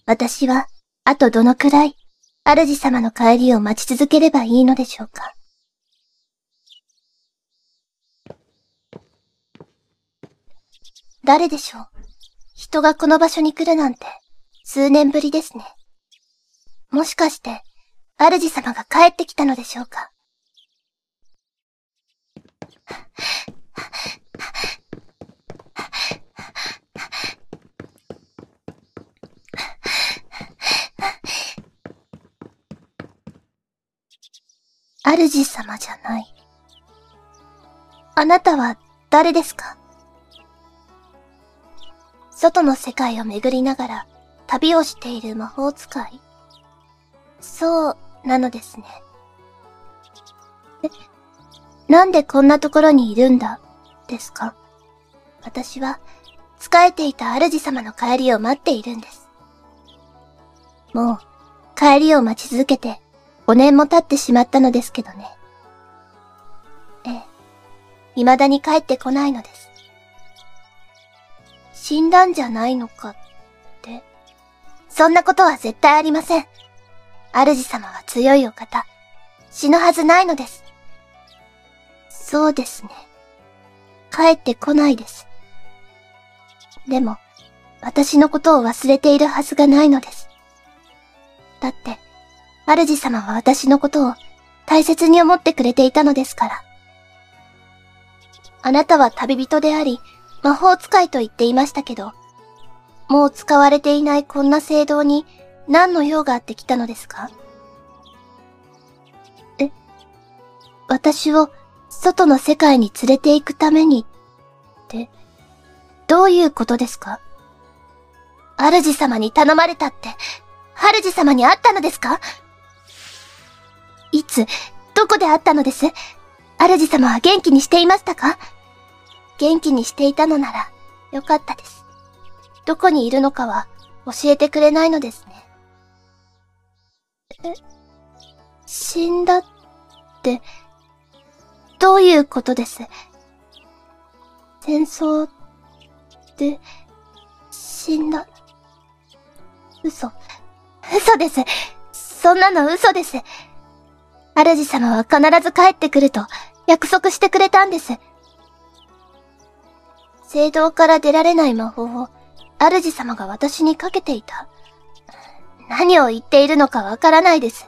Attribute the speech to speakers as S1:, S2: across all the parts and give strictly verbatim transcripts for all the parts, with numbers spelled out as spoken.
S1: 私は、あとどのくらい、主様の帰りを待ち続ければいいのでしょうか。誰でしょう。人がこの場所に来るなんて、数年ぶりですね。もしかして、主様が帰ってきたのでしょうか。主様じゃない。あなたは誰ですか？外の世界を巡りながら旅をしている魔法使い？そうなのですね。え、なんでこんなところにいるんだ、ですか？私は、仕えていた主様の帰りを待っているんです。もう、帰りを待ち続けて、ごねんも経ってしまったのですけどね。ええ、未だに帰ってこないのです。死んだんじゃないのかって。そんなことは絶対ありません。主様は強いお方。死ぬはずないのです。そうですね。帰ってこないです。でも、私のことを忘れているはずがないのです。だって、主様は私のことを大切に思ってくれていたのですから。あなたは旅人であり、魔法使いと言っていましたけど、もう使われていないこんな聖堂に何の用があって来たのですか？え、私を外の世界に連れて行くためにって、どういうことですか？主様に頼まれたって、主様に会ったのですか？いつ、どこで会ったのです？主様は元気にしていましたか？元気にしていたのなら、よかったです。どこにいるのかは、教えてくれないのですね。え、死んだって、どういうことです？戦争で、死んだ。嘘。嘘です。そんなの嘘です。主様は必ず帰ってくると約束してくれたんです。聖堂から出られない魔法を主様が私にかけていた。何を言っているのかわからないです。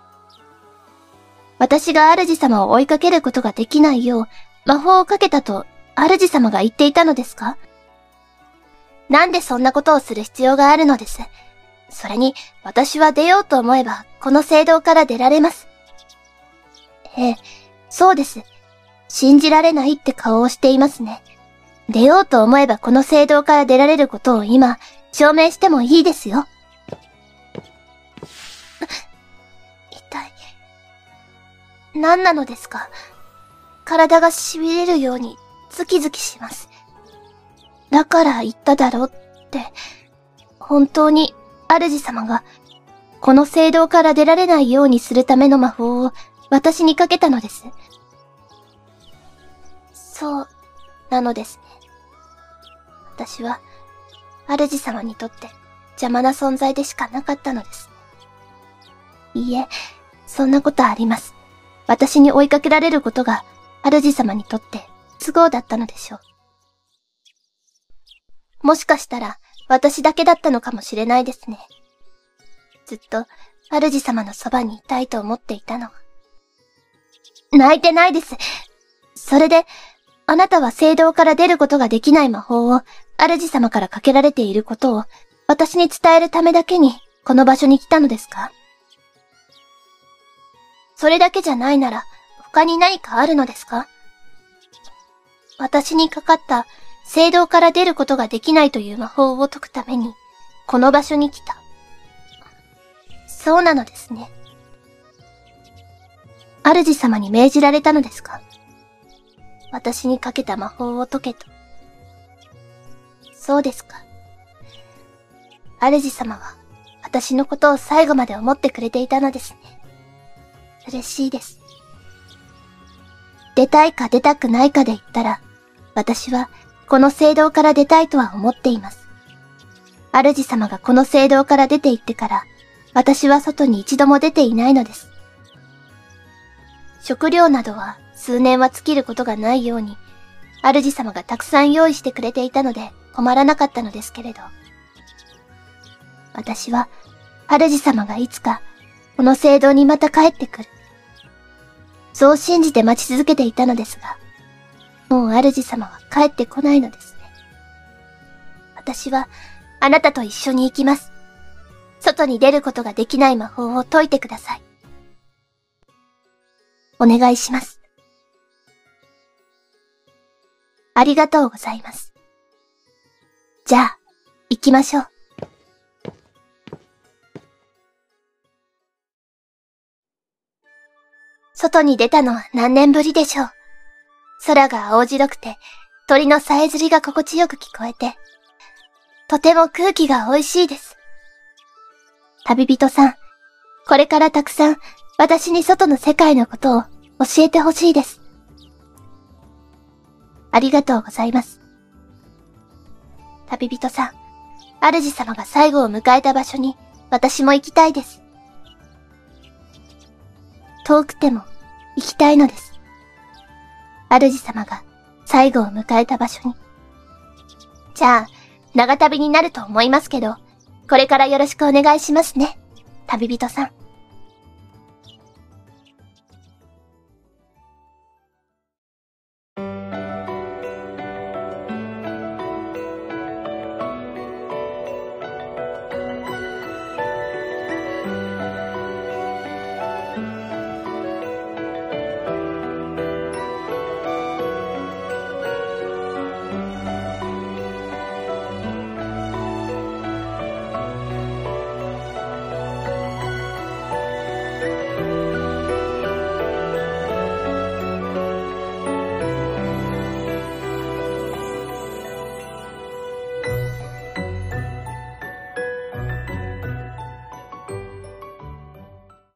S1: 私が主様を追いかけることができないよう魔法をかけたと主様が言っていたのですか？なんでそんなことをする必要があるのです。それに私は出ようと思えばこの聖堂から出られます。ええ、そうです。信じられないって顔をしていますね。出ようと思えばこの聖堂から出られることを今、証明してもいいですよ。痛い。何なのですか？体が痺れるようにズキズキします。だから言っただろうって、本当に主様がこの聖堂から出られないようにするための魔法を私にかけたのです。そう、なのですね。私は、主様にとって邪魔な存在でしかなかったのです。いいえ、そんなことあります。私に追いかけられることが、主様にとって都合だったのでしょう。もしかしたら、私だけだったのかもしれないですね。ずっと、主様のそばにいたいと思っていたのは。泣いてないです。それで、あなたは聖堂から出ることができない魔法を、主様からかけられていることを、私に伝えるためだけに、この場所に来たのですか？それだけじゃないなら、他に何かあるのですか？私にかかった聖堂から出ることができないという魔法を解くために、この場所に来た。そうなのですね。主様に命じられたのですか？私にかけた魔法を解けと。そうですか。主様は、私のことを最後まで思ってくれていたのですね。嬉しいです。出たいか出たくないかで言ったら、私はこの聖堂から出たいとは思っています。 主様がこの聖堂から出て行ってから、私は外に一度も出ていないのです。食料などは数年は尽きることがないように、主様がたくさん用意してくれていたので困らなかったのですけれど。私は、主様がいつか、この聖堂にまた帰ってくる。そう信じて待ち続けていたのですが、もう主様は帰ってこないのですね。私は、あなたと一緒に行きます。外に出ることができない魔法を解いてください。お願いします。ありがとうございます。じゃあ、行きましょう。外に出たのは何年ぶりでしょう。空が青白くて、鳥のさえずりが心地よく聞こえて、とても空気が美味しいです。旅人さん、これからたくさん私に外の世界のことを教えてほしいです。ありがとうございます。旅人さん、主様が最後を迎えた場所に私も行きたいです。遠くても行きたいのです。主様が最後を迎えた場所に。じゃあ、長旅になると思いますけど、これからよろしくお願いしますね、旅人さん。